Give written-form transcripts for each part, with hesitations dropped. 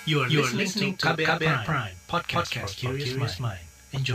You are listening to KBR Prime, podcast for curious mind. Enjoy.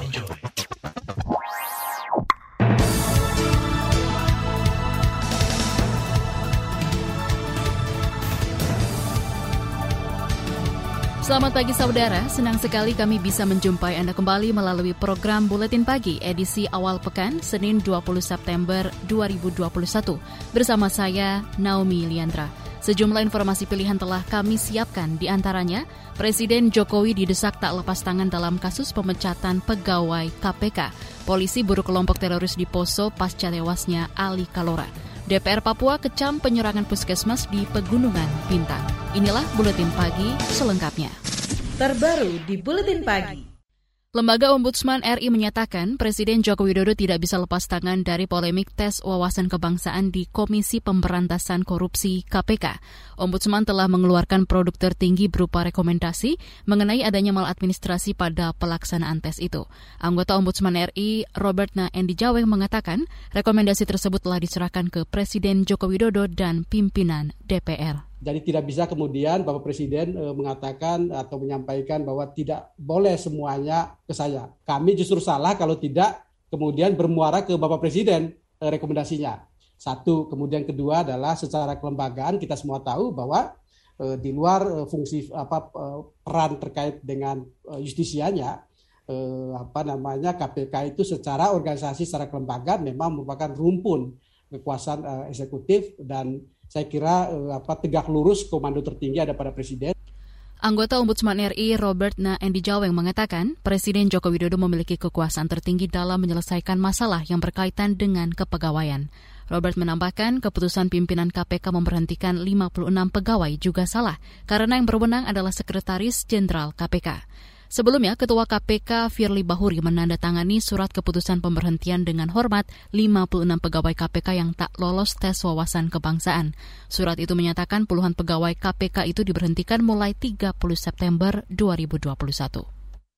Selamat pagi saudara, senang sekali kami bisa menjumpai Anda kembali melalui program Buletin Pagi edisi awal pekan Senin 20 September 2021 bersama saya Naomi Liandra. Sejumlah informasi pilihan telah kami siapkan, di antaranya Presiden Jokowi didesak tak lepas tangan dalam kasus pemecatan pegawai KPK. Polisi buru kelompok teroris di Poso pasca tewasnya Ali Kalora. DPR Papua kecam penyerangan puskesmas di Pegunungan Bintang. Inilah Buletin Pagi selengkapnya. Terbaru di Buletin Pagi. Lembaga Ombudsman RI menyatakan Presiden Joko Widodo tidak bisa lepas tangan dari polemik tes wawasan kebangsaan di Komisi Pemberantasan Korupsi KPK. Ombudsman telah mengeluarkan produk tertinggi berupa rekomendasi mengenai adanya maladministrasi pada pelaksanaan tes itu. Anggota Ombudsman RI, Robertna Endi Jaweng, mengatakan rekomendasi tersebut telah diserahkan ke Presiden Joko Widodo dan pimpinan DPR. Jadi tidak bisa kemudian Bapak Presiden mengatakan atau menyampaikan bahwa tidak boleh semuanya ke saya. Kami justru salah kalau tidak kemudian bermuara ke Bapak Presiden rekomendasinya. Satu, kemudian kedua adalah secara kelembagaan kita semua tahu bahwa di luar fungsi peran terkait dengan justisianya, KPK itu secara organisasi, secara kelembagaan memang merupakan rumpun kekuasaan eksekutif dan saya kira tegak lurus komando tertinggi ada pada Presiden. Anggota Ombudsman RI Robertna Endi Jaweng mengatakan Presiden Joko Widodo memiliki kekuasaan tertinggi dalam menyelesaikan masalah yang berkaitan dengan kepegawaian. Robert menambahkan keputusan pimpinan KPK memberhentikan 56 pegawai juga salah karena yang berwenang adalah Sekretaris Jenderal KPK. Sebelumnya, Ketua KPK Firly Bahuri menandatangani surat keputusan pemberhentian dengan hormat 56 pegawai KPK yang tak lolos tes wawasan kebangsaan. Surat itu menyatakan puluhan pegawai KPK itu diberhentikan mulai 30 September 2021.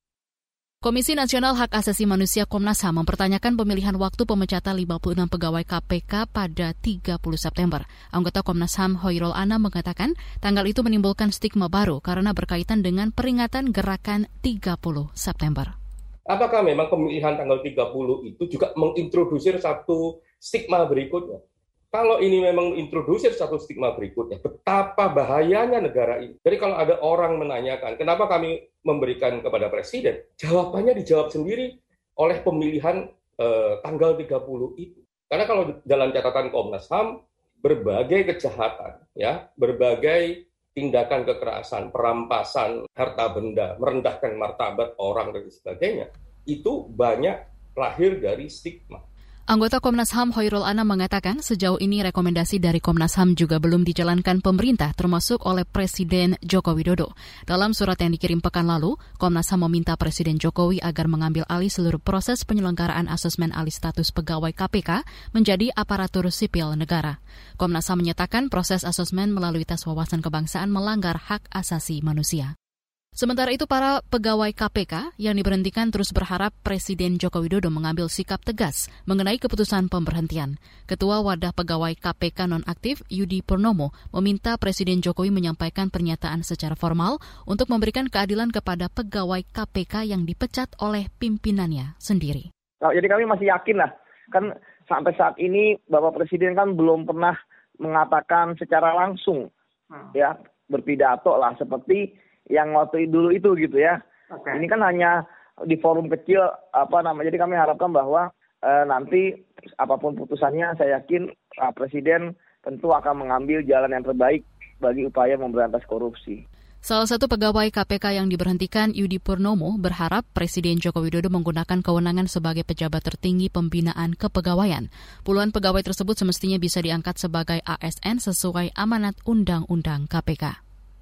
Komisi Nasional Hak Asasi Manusia Komnas HAM mempertanyakan pemilihan waktu pemecatan 56 pegawai KPK pada 30 September. Anggota Komnas HAM Hoirul Anam mengatakan tanggal itu menimbulkan stigma baru karena berkaitan dengan peringatan gerakan 30 September. Apakah memang pemilihan tanggal 30 itu juga mengintrodusir satu stigma berikutnya? Kalau ini memang introdusir satu stigma berikutnya, betapa bahayanya negara ini. Jadi kalau ada orang menanyakan, kenapa kami memberikan kepada Presiden? Jawabannya dijawab sendiri oleh pemilihan tanggal 30 itu. Karena kalau dalam catatan Komnas HAM, berbagai kejahatan, ya, berbagai tindakan kekerasan, perampasan harta benda, merendahkan martabat orang dan sebagainya, itu banyak lahir dari stigma. Anggota Komnas HAM Hoirul Anam mengatakan sejauh ini rekomendasi dari Komnas HAM juga belum dijalankan pemerintah termasuk oleh Presiden Joko Widodo. Dalam surat yang dikirim pekan lalu, Komnas HAM meminta Presiden Jokowi agar mengambil alih seluruh proses penyelenggaraan asesmen alih status pegawai KPK menjadi aparatur sipil negara. Komnas HAM menyatakan proses asesmen melalui tes wawasan kebangsaan melanggar hak asasi manusia. Sementara itu, para pegawai KPK yang diberhentikan terus berharap Presiden Joko Widodo mengambil sikap tegas mengenai keputusan pemberhentian. Ketua Wadah Pegawai KPK Nonaktif Yudi Purnomo meminta Presiden Jokowi menyampaikan pernyataan secara formal untuk memberikan keadilan kepada pegawai KPK yang dipecat oleh pimpinannya sendiri. Jadi kami masih yakin lah, kan sampai saat ini Bapak Presiden kan belum pernah mengatakan secara langsung, ya berpidato lah seperti yang waktu dulu itu gitu ya. Okay. Ini kan hanya di forum kecil jadi kami harapkan bahwa nanti apapun putusannya saya yakin Presiden tentu akan mengambil jalan yang terbaik bagi upaya memberantas korupsi. Salah satu pegawai KPK yang diberhentikan, Yudi Purnomo, berharap Presiden Joko Widodo menggunakan kewenangan sebagai pejabat tertinggi pembinaan kepegawaian. Puluhan pegawai tersebut semestinya bisa diangkat sebagai ASN sesuai amanat Undang-Undang KPK.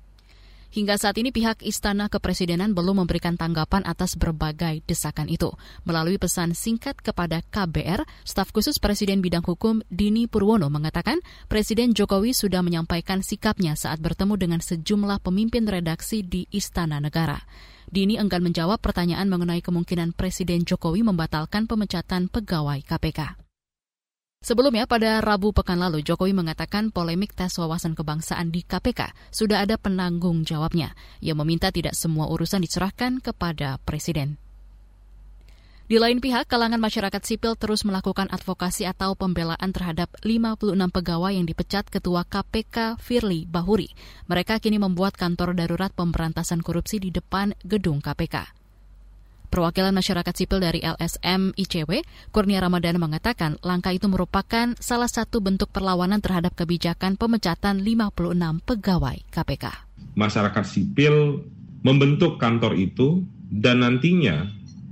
Hingga saat ini pihak Istana Kepresidenan belum memberikan tanggapan atas berbagai desakan itu. Melalui pesan singkat kepada KBR, staf khusus Presiden Bidang Hukum Dini Purwono mengatakan Presiden Jokowi sudah menyampaikan sikapnya saat bertemu dengan sejumlah pemimpin redaksi di Istana Negara. Dini enggan menjawab pertanyaan mengenai kemungkinan Presiden Jokowi membatalkan pemecatan pegawai KPK. Sebelumnya, pada Rabu pekan lalu, Jokowi mengatakan polemik tes wawasan kebangsaan di KPK sudah ada penanggung jawabnya. Ia meminta tidak semua urusan diserahkan kepada Presiden. Di lain pihak, kalangan masyarakat sipil terus melakukan advokasi atau pembelaan terhadap 56 pegawai yang dipecat Ketua KPK Firly Bahuri. Mereka kini membuat kantor darurat pemberantasan korupsi di depan gedung KPK. Perwakilan masyarakat sipil dari LSM ICW, Kurnia Ramadana mengatakan langkah itu merupakan salah satu bentuk perlawanan terhadap kebijakan pemecatan 56 pegawai KPK. Masyarakat sipil membentuk kantor itu dan nantinya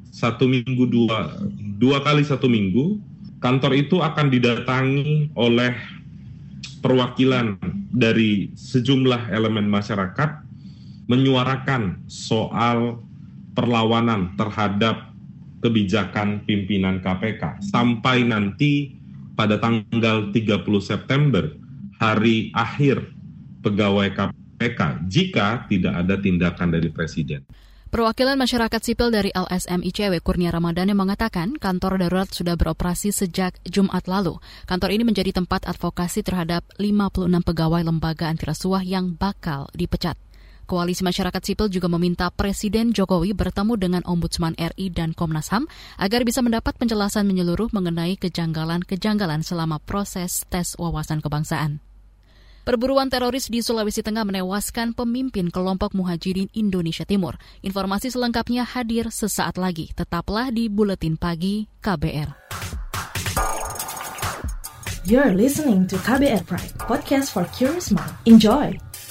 dua kali satu minggu, kantor itu akan didatangi oleh perwakilan dari sejumlah elemen masyarakat menyuarakan soal perlawanan terhadap kebijakan pimpinan KPK. Sampai nanti pada tanggal 30 September, hari akhir pegawai KPK, jika tidak ada tindakan dari Presiden. Perwakilan masyarakat sipil dari LSM ICW, Kurnia Ramadana, mengatakan kantor darurat sudah beroperasi sejak Jumat lalu. Kantor ini menjadi tempat advokasi terhadap 56 pegawai lembaga antirasuah yang bakal dipecat. Koalisi masyarakat sipil juga meminta Presiden Jokowi bertemu dengan Ombudsman RI dan Komnas HAM agar bisa mendapat penjelasan menyeluruh mengenai kejanggalan-kejanggalan selama proses tes wawasan kebangsaan. Perburuan teroris di Sulawesi Tengah menewaskan pemimpin kelompok Muhajirin Indonesia Timur. Informasi selengkapnya hadir sesaat lagi. Tetaplah di Buletin Pagi KBR. You're listening to KBR Pride, podcast for curious mind. Enjoy!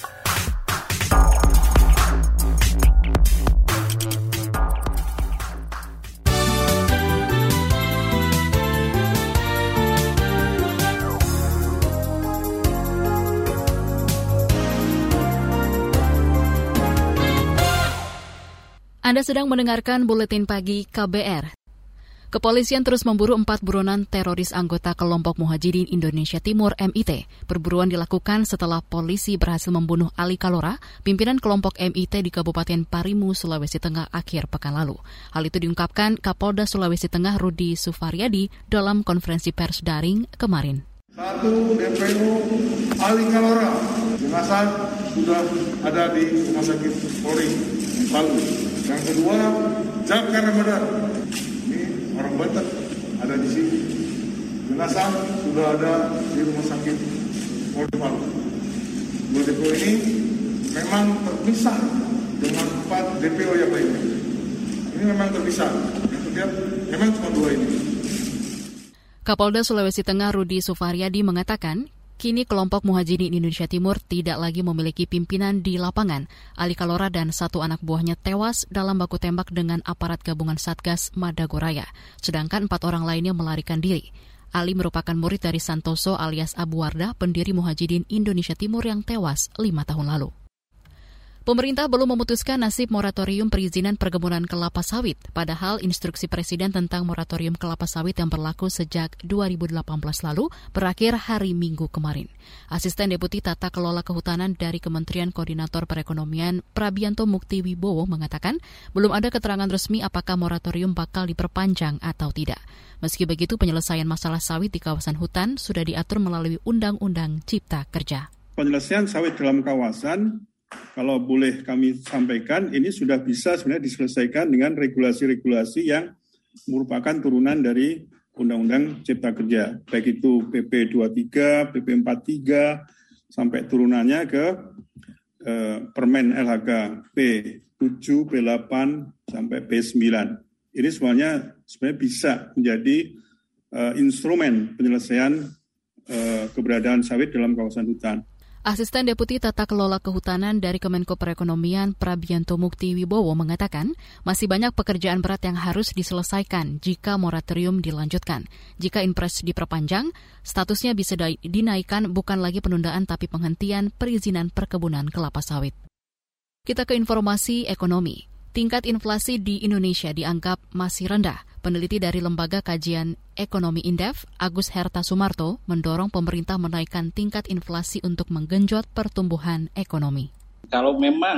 Anda sedang mendengarkan Buletin Pagi KBR. Kepolisian terus memburu 4 buronan teroris anggota kelompok Muhajirin Indonesia Timur MIT. Perburuan dilakukan setelah polisi berhasil membunuh Ali Kalora, pimpinan kelompok MIT di Kabupaten Parimu, Sulawesi Tengah akhir pekan lalu. Hal itu diungkapkan Kapolda Sulawesi Tengah Rudi Sufaryadi dalam konferensi pers daring kemarin. 1. DPO Ali Kalora, jenazah sudah ada di Rumah Sakit Polri Palu. Yang kedua, Jakar Ramadan, ini orang Batak, ada di sini. Jenazah sudah ada di Rumah Sakit Polri Palu. Dua DPO ini memang terpisah dengan 4 DPO yang lainnya. Ini memang terpisah. Yang ketiga, memang cuma 2 ini. Kapolda Sulawesi Tengah Rudi Sufaryadi mengatakan, kini kelompok Muhajirin Indonesia Timur tidak lagi memiliki pimpinan di lapangan. Ali Kalora dan 1 anak buahnya tewas dalam baku tembak dengan aparat gabungan Satgas Madagoraya, sedangkan 4 orang lainnya melarikan diri. Ali merupakan murid dari Santoso alias Abu Wardah, pendiri Muhajirin Indonesia Timur yang tewas 5 tahun lalu. Pemerintah belum memutuskan nasib moratorium perizinan perkebunan kelapa sawit, padahal instruksi Presiden tentang moratorium kelapa sawit yang berlaku sejak 2018 lalu berakhir hari Minggu kemarin. Asisten Deputi Tata Kelola Kehutanan dari Kementerian Koordinator Perekonomian Prabianto Mukti Wibowo mengatakan belum ada keterangan resmi apakah moratorium bakal diperpanjang atau tidak. Meski begitu, penyelesaian masalah sawit di kawasan hutan sudah diatur melalui Undang-Undang Cipta Kerja. Penyelesaian sawit dalam kawasan, kalau boleh kami sampaikan, ini sudah bisa sebenarnya diselesaikan dengan regulasi-regulasi yang merupakan turunan dari Undang-Undang Cipta Kerja. Baik itu PP 23, PP 43, sampai turunannya ke Permen LHK P7, P8, sampai P9. Ini semuanya sebenarnya bisa menjadi instrumen penyelesaian keberadaan sawit dalam kawasan hutan. Asisten Deputi Tata Kelola Kehutanan dari Kemenko Perekonomian Prabianto Mukti Wibowo mengatakan masih banyak pekerjaan berat yang harus diselesaikan jika moratorium dilanjutkan. Jika Inpres diperpanjang, statusnya bisa dinaikkan bukan lagi penundaan tapi penghentian perizinan perkebunan kelapa sawit. Kita ke informasi ekonomi. Tingkat inflasi di Indonesia dianggap masih rendah. Peneliti dari Lembaga Kajian Ekonomi Indef, Agus Herta Sumarto, mendorong pemerintah menaikkan tingkat inflasi untuk menggenjot pertumbuhan ekonomi. Kalau memang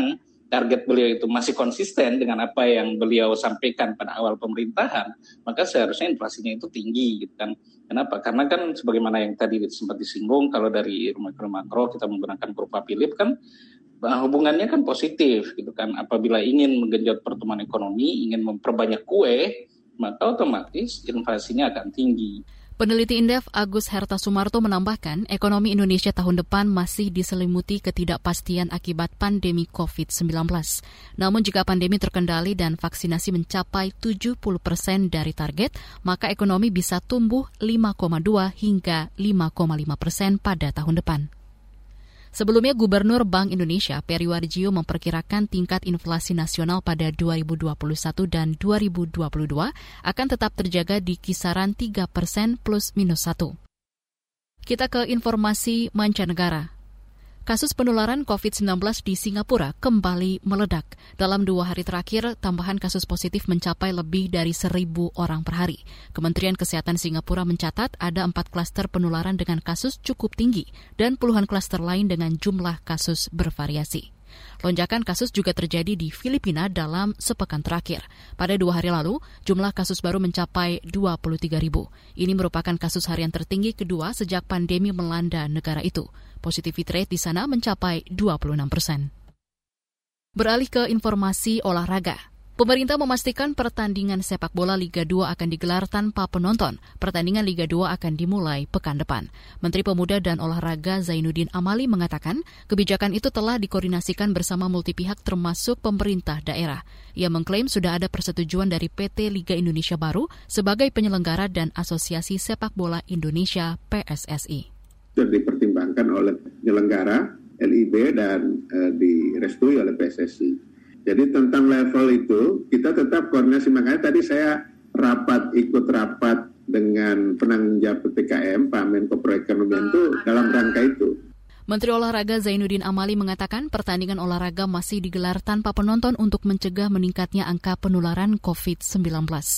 target beliau itu masih konsisten dengan apa yang beliau sampaikan pada awal pemerintahan, maka seharusnya inflasinya itu tinggi gitu kan. Kenapa? Karena kan sebagaimana yang tadi sempat disinggung, kalau dari makro kita menggunakan kurva Philip kan hubungannya kan positif gitu kan. Apabila ingin menggenjot pertumbuhan ekonomi, ingin memperbanyak kue, maka otomatis inflasinya akan tinggi. Peneliti Indef Agus Herta Sumarto menambahkan, ekonomi Indonesia tahun depan masih diselimuti ketidakpastian akibat pandemi COVID-19. Namun jika pandemi terkendali dan vaksinasi mencapai 70% dari target, maka ekonomi bisa tumbuh 5,2 hingga 5,5% pada tahun depan. Sebelumnya, Gubernur Bank Indonesia Peri Warjio memperkirakan tingkat inflasi nasional pada 2021 dan 2022 akan tetap terjaga di kisaran 3% plus minus 1. Kita ke informasi mancanegara. Kasus penularan COVID-19 di Singapura kembali meledak. Dalam 2 hari terakhir, tambahan kasus positif mencapai lebih dari 1.000 orang per hari. Kementerian Kesehatan Singapura mencatat ada 4 klaster penularan dengan kasus cukup tinggi dan puluhan klaster lain dengan jumlah kasus bervariasi. Lonjakan kasus juga terjadi di Filipina dalam sepekan terakhir. Pada 2 hari lalu, jumlah kasus baru mencapai 23.000. Ini merupakan kasus harian tertinggi kedua sejak pandemi melanda negara itu. Positivity rate di sana mencapai 26%. Beralih ke informasi olahraga. Pemerintah memastikan pertandingan sepak bola Liga 2 akan digelar tanpa penonton. Pertandingan Liga 2 akan dimulai pekan depan. Menteri Pemuda dan Olahraga Zainuddin Amali mengatakan kebijakan itu telah dikoordinasikan bersama multi pihak termasuk pemerintah daerah. Ia mengklaim sudah ada persetujuan dari PT Liga Indonesia Baru sebagai penyelenggara dan Asosiasi Sepak Bola Indonesia PSSI. Sudah dipertimbangkan oleh penyelenggara LIB dan direstui oleh PSSI. Jadi tentang level itu kita tetap koordinasi, makanya tadi saya ikut rapat dengan penanggung jawab PPKM, Pak Menko Perekonomian itu dalam rangka itu. Menteri Olahraga Zainuddin Amali mengatakan pertandingan olahraga masih digelar tanpa penonton untuk mencegah meningkatnya angka penularan COVID-19.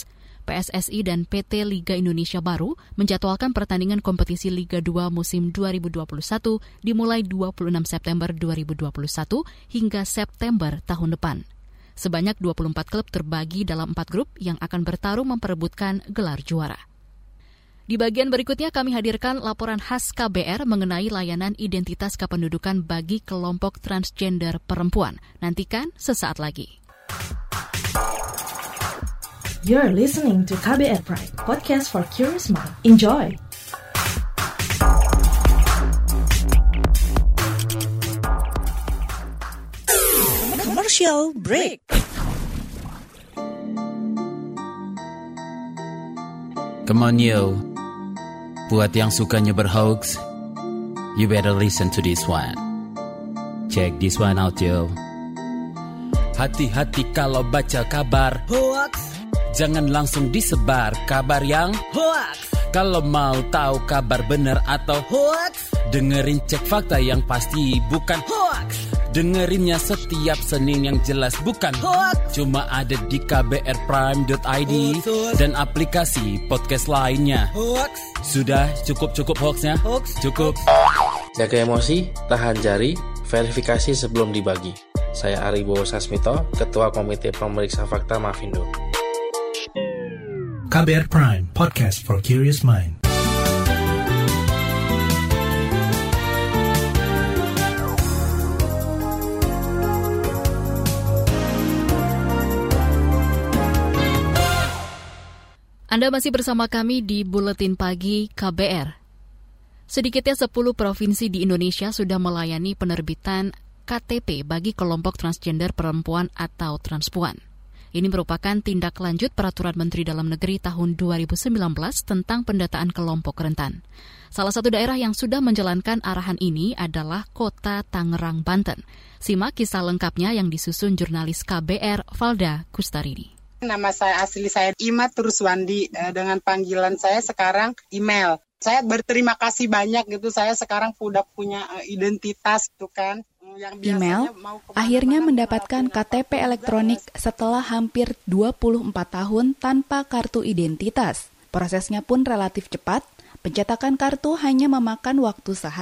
PSSI dan PT Liga Indonesia Baru menjadwalkan pertandingan kompetisi Liga 2 musim 2021 dimulai 26 September 2021 hingga September tahun depan. Sebanyak 24 klub terbagi dalam 4 grup yang akan bertarung memperebutkan gelar juara. Di bagian berikutnya kami hadirkan laporan khas KBR mengenai layanan identitas kependudukan bagi kelompok transgender perempuan. Nantikan sesaat lagi. You're listening to KBR Pride, podcast for curious mind. Enjoy! Commercial break. Come on yo, buat yang sukanya berhoax, you better listen to this one. Check this one out yo. Hati-hati kalau baca kabar Hoax. Jangan langsung disebar kabar yang hoax. Kalau mau tahu kabar benar atau hoax, dengerin cek fakta yang pasti bukan hoax. Dengerinnya setiap Senin yang jelas bukan hoax. Cuma ada di kbrprime.id dan aplikasi podcast lainnya. Hoax. Sudah cukup hoaxnya? Hoax. Cukup. Jaga emosi, tahan jari, verifikasi sebelum dibagi. Saya Aribo Sasmito, Ketua Komite Pemeriksa Fakta Mafindo. KBR Prime, podcast for curious mind. Anda masih bersama kami di Buletin Pagi KBR. Sedikitnya 10 provinsi di Indonesia sudah melayani penerbitan KTP bagi kelompok transgender perempuan atau transpuan. Ini merupakan tindak lanjut Peraturan Menteri Dalam Negeri tahun 2019 tentang pendataan kelompok rentan. Salah satu daerah yang sudah menjalankan arahan ini adalah Kota Tangerang, Banten. Simak kisah lengkapnya yang disusun jurnalis KBR Valda Kustarini. Nama saya asli saya Ima Turuswandi, dengan panggilan saya sekarang email. Saya berterima kasih banyak gitu, saya sekarang udah punya identitas gitu kan. Email akhirnya mendapatkan KTP elektronik setelah hampir 24 tahun tanpa kartu identitas. Prosesnya pun relatif cepat, pencetakan kartu hanya memakan waktu sehari.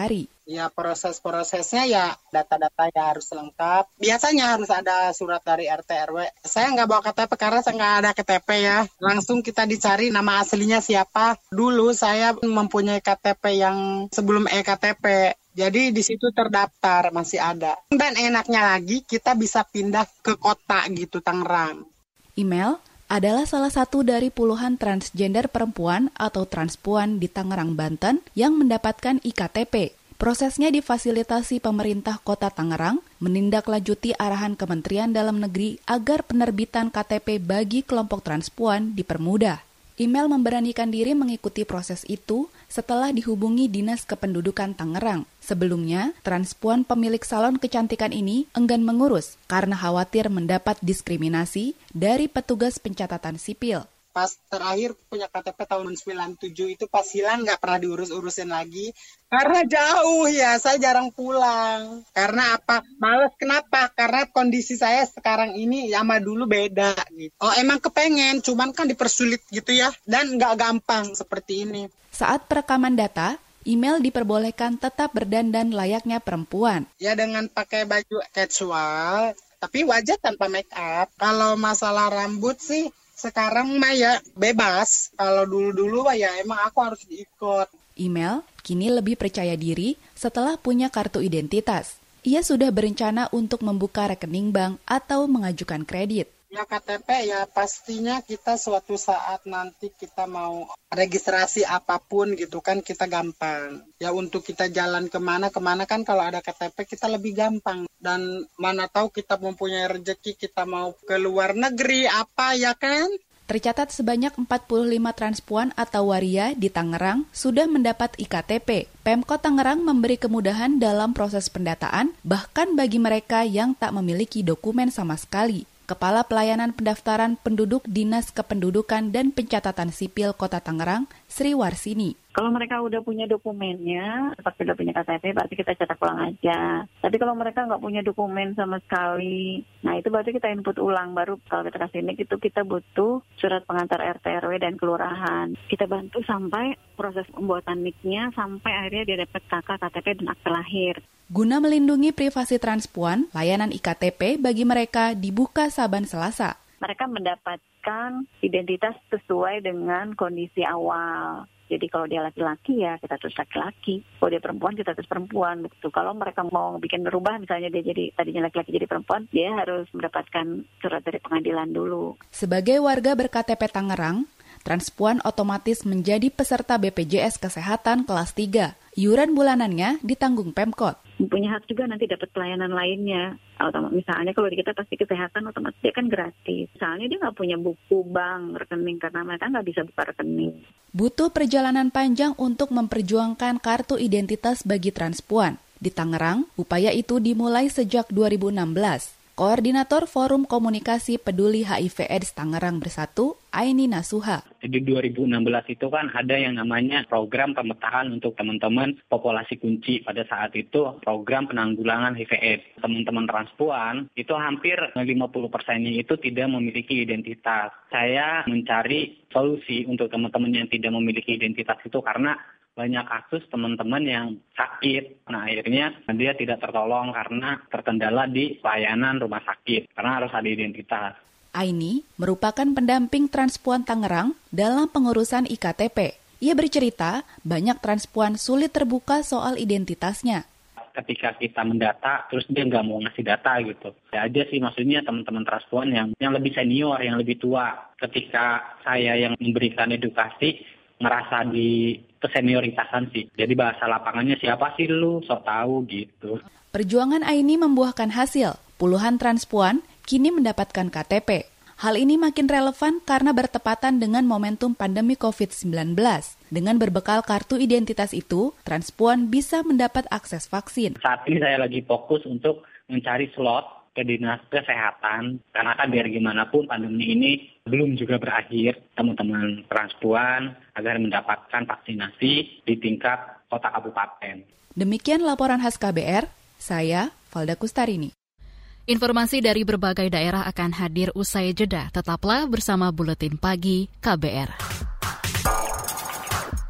Ya proses-prosesnya ya data-data ya harus lengkap. Biasanya harus ada surat dari RT RW. Saya nggak bawa KTP karena saya nggak ada KTP ya. Langsung kita dicari nama aslinya siapa. Dulu saya mempunyai KTP yang sebelum eKTP. Jadi di situ terdaftar masih ada. Dan enaknya lagi kita bisa pindah ke kota gitu, Tangerang. Email adalah salah satu dari puluhan transgender perempuan atau transpuan di Tangerang, Banten yang mendapatkan iKTP. Prosesnya difasilitasi pemerintah Kota Tangerang menindaklanjuti arahan Kementerian Dalam Negeri agar penerbitan KTP bagi kelompok transpuan dipermudah. Email memberanikan diri mengikuti proses itu setelah dihubungi Dinas Kependudukan Tangerang. Sebelumnya, transpuan pemilik salon kecantikan ini enggan mengurus karena khawatir mendapat diskriminasi dari petugas pencatatan sipil. Pas terakhir punya KTP tahun 97 itu pas hilang nggak pernah diurus-urusin lagi. Karena jauh ya, saya jarang pulang. Karena apa? Males, kenapa? Karena kondisi saya sekarang ini sama dulu beda gitu. Oh emang kepengen, cuman kan dipersulit gitu ya. Dan nggak gampang seperti ini. Saat perekaman data, email diperbolehkan tetap berdandan layaknya perempuan. Ya dengan pakai baju casual, tapi wajah tanpa make up. Kalau masalah rambut sih, sekarang mah ya bebas. Kalau dulu-dulu ya emang aku harus diikut. Email kini lebih percaya diri setelah punya kartu identitas. Ia sudah berencana untuk membuka rekening bank atau mengajukan kredit. Ya KTP ya pastinya kita suatu saat nanti kita mau registrasi apapun gitu kan kita gampang. Ya untuk kita jalan kemana kan kalau ada KTP kita lebih gampang. Dan mana tahu kita mempunyai rezeki kita mau ke luar negeri apa ya kan? Tercatat sebanyak 45 transpuan atau waria di Tangerang sudah mendapat iKTP. Pemkot Tangerang memberi kemudahan dalam proses pendataan bahkan bagi mereka yang tak memiliki dokumen sama sekali. Kepala Pelayanan Pendaftaran Penduduk Dinas Kependudukan dan Pencatatan Sipil Kota Tangerang, Sri Warsini. Kalau mereka udah punya dokumennya, seperti udah punya KTP, berarti kita cetak ulang aja. Tapi kalau mereka nggak punya dokumen sama sekali, nah itu berarti kita input ulang. Baru kalau kita kasih NIK itu kita butuh surat pengantar RT, RW, dan kelurahan. Kita bantu sampai proses pembuatan NIK-nya, sampai akhirnya dia dapat KK, KTP, dan akte lahir. Guna melindungi privasi transpuan, layanan iKTP bagi mereka dibuka saban Selasa. Mereka mendapatkan identitas sesuai dengan kondisi awal. Jadi kalau dia laki-laki ya kita terus laki-laki. Kalau dia perempuan kita terus perempuan. Begitu. Kalau mereka mau bikin berubah misalnya dia jadi tadinya laki-laki jadi perempuan, dia harus mendapatkan surat dari pengadilan dulu. Sebagai warga berKTP Tangerang, transpuan otomatis menjadi peserta BPJS Kesehatan kelas 3. Iuran bulanannya ditanggung Pemkot. Punya hak juga nanti dapat pelayanan lainnya. Misalnya kalau di kita pasti kesehatan otomatis dia kan gratis. Misalnya dia nggak punya buku bank, rekening karena mereka nggak bisa buka rekening. Butuh perjalanan panjang untuk memperjuangkan kartu identitas bagi transpuan. Di Tangerang, upaya itu dimulai sejak 2016. Koordinator Forum Komunikasi Peduli HIV/AIDS Tangerang Bersatu, Aini Nasuha. Di 2016 itu kan ada yang namanya program pemetaan untuk teman-teman populasi kunci. Pada saat itu program penanggulangan HIV/AIDS. Teman-teman transpuan itu hampir 50%-nya itu tidak memiliki identitas. Saya mencari solusi untuk teman-teman yang tidak memiliki identitas itu karena banyak kasus teman-teman yang sakit. Nah akhirnya dia tidak tertolong karena terkendala di pelayanan rumah sakit karena harus ada identitas. Aini merupakan pendamping transpuan Tangerang dalam pengurusan iKTP. Ia bercerita banyak transpuan sulit terbuka soal identitasnya. Ketika kita mendata, terus dia nggak mau ngasih data gitu. Ya aja sih maksudnya teman-teman transpuan yang lebih senior, yang lebih tua. Ketika saya yang memberikan edukasi, ngerasa di kesenioritasan sih. Jadi bahasa lapangannya siapa sih lu, sok tahu gitu. Perjuangan Aini membuahkan hasil. Puluhan transpuan kini mendapatkan KTP. Hal ini makin relevan karena bertepatan dengan momentum pandemi COVID-19. Dengan berbekal kartu identitas itu, transpuan bisa mendapat akses vaksin. Saat ini saya lagi fokus untuk mencari slot ke Dinas Kesehatan, karena kan biar gimana pun pandemi ini belum juga berakhir, teman-teman transpuan agar mendapatkan vaksinasi di tingkat kota kabupaten. Demikian laporan khas KBR, saya Valda Kustarini. Informasi dari berbagai daerah akan hadir usai jeda. Tetaplah bersama Buletin Pagi KBR.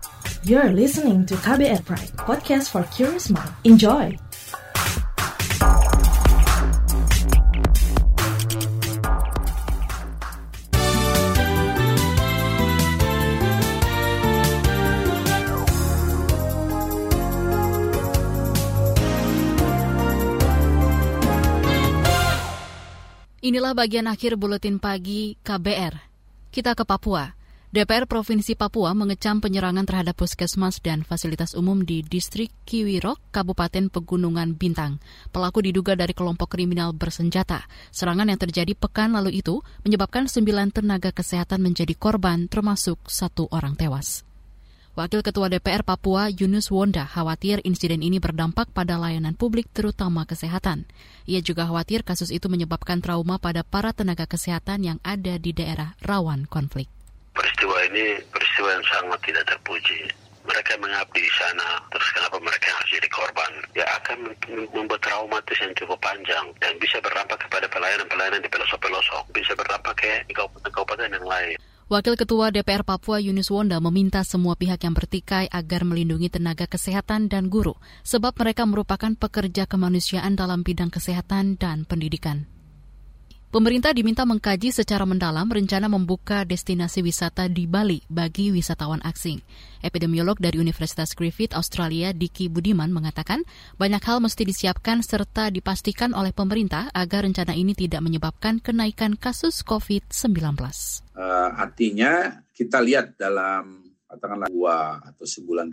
You're listening to KBR Pride, podcast for curious mind. Enjoy! Inilah bagian akhir buletin pagi KBR. Kita ke Papua. DPR Provinsi Papua mengecam penyerangan terhadap puskesmas dan fasilitas umum di distrik Kiwirok, Kabupaten Pegunungan Bintang. Pelaku diduga dari kelompok kriminal bersenjata. Serangan yang terjadi pekan lalu itu menyebabkan 9 tenaga kesehatan menjadi korban, termasuk 1 orang tewas. Wakil Ketua DPR Papua Yunus Wonda khawatir insiden ini berdampak pada layanan publik terutama kesehatan. Ia juga khawatir kasus itu menyebabkan trauma pada para tenaga kesehatan yang ada di daerah rawan konflik. Peristiwa ini peristiwa yang sangat tidak terpuji. Mereka mengabdi di sana, terus kenapa mereka harus jadi korban? Ya akan membuat traumatis yang cukup panjang dan bisa berdampak kepada pelayanan-pelayanan di pelosok-pelosok, bisa berdampak ke kabupaten yang lain. Wakil Ketua DPR Papua Yunus Wonda meminta semua pihak yang bertikai agar melindungi tenaga kesehatan dan guru, sebab mereka merupakan pekerja kemanusiaan dalam bidang kesehatan dan pendidikan. Pemerintah diminta mengkaji secara mendalam rencana membuka destinasi wisata di Bali bagi wisatawan asing. Epidemiolog dari Universitas Griffith Australia, Diki Budiman, mengatakan banyak hal mesti disiapkan serta dipastikan oleh pemerintah agar rencana ini tidak menyebabkan kenaikan kasus COVID-19. Artinya kita lihat dalam katakanlah 2 atau sebulan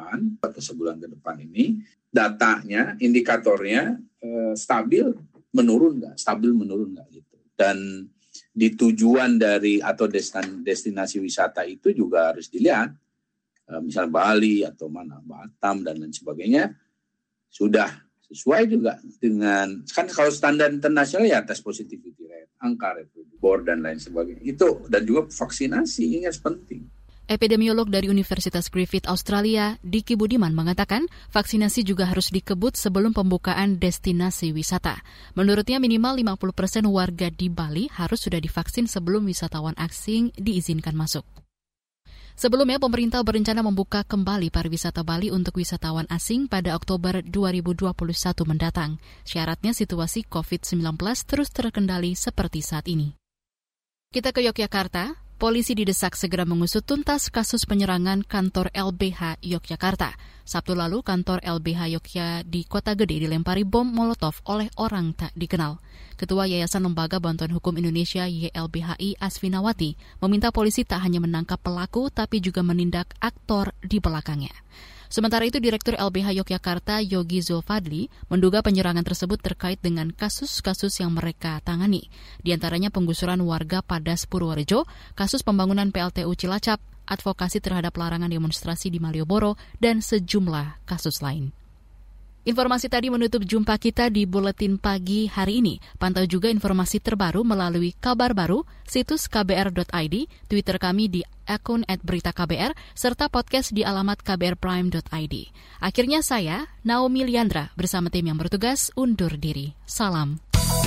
ke depan ini datanya, indikatornya stabil menurun nggak gitu. Dan di tujuan dari atau destinasi wisata itu juga harus dilihat, misal Bali atau mana Batam dan lain sebagainya sudah sesuai juga dengan kan kalau standar internasional ya tes positivity rate, angka reproduksi dan lain sebagainya itu, dan juga vaksinasi ini harus penting. Epidemiolog dari Universitas Griffith Australia, Diki Budiman, mengatakan vaksinasi juga harus dikebut sebelum pembukaan destinasi wisata. Menurutnya minimal 50% warga di Bali harus sudah divaksin sebelum wisatawan asing diizinkan masuk. Sebelumnya, pemerintah berencana membuka kembali pariwisata Bali untuk wisatawan asing pada Oktober 2021 mendatang. Syaratnya situasi COVID-19 terus terkendali seperti saat ini. Kita ke Yogyakarta. Polisi didesak segera mengusut tuntas kasus penyerangan kantor LBH Yogyakarta. Sabtu lalu, kantor LBH Yogyakarta di Kota Gede dilempari bom Molotov oleh orang tak dikenal. Ketua Yayasan Lembaga Bantuan Hukum Indonesia YLBHI Asfinawati meminta polisi tak hanya menangkap pelaku, tapi juga menindak aktor di belakangnya. Sementara itu, Direktur LBH Yogyakarta Yogi Zulfadli menduga penyerangan tersebut terkait dengan kasus-kasus yang mereka tangani. Di antaranya penggusuran warga Padas Purworejo, kasus pembangunan PLTU Cilacap, advokasi terhadap larangan demonstrasi di Malioboro, dan sejumlah kasus lain. Informasi tadi menutup jumpa kita di Buletin Pagi hari ini. Pantau juga informasi terbaru melalui Kabar Baru, situs kbr.id, Twitter kami di akun @beritaKBR, serta podcast di alamat kbrprime.id. Akhirnya saya, Naomi Liandra, bersama tim yang bertugas undur diri. Salam.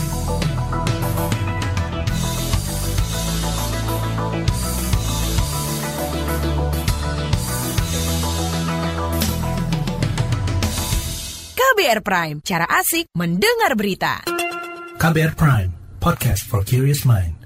KBR Prime, cara asik mendengar berita. KBR Prime, podcast for curious mind.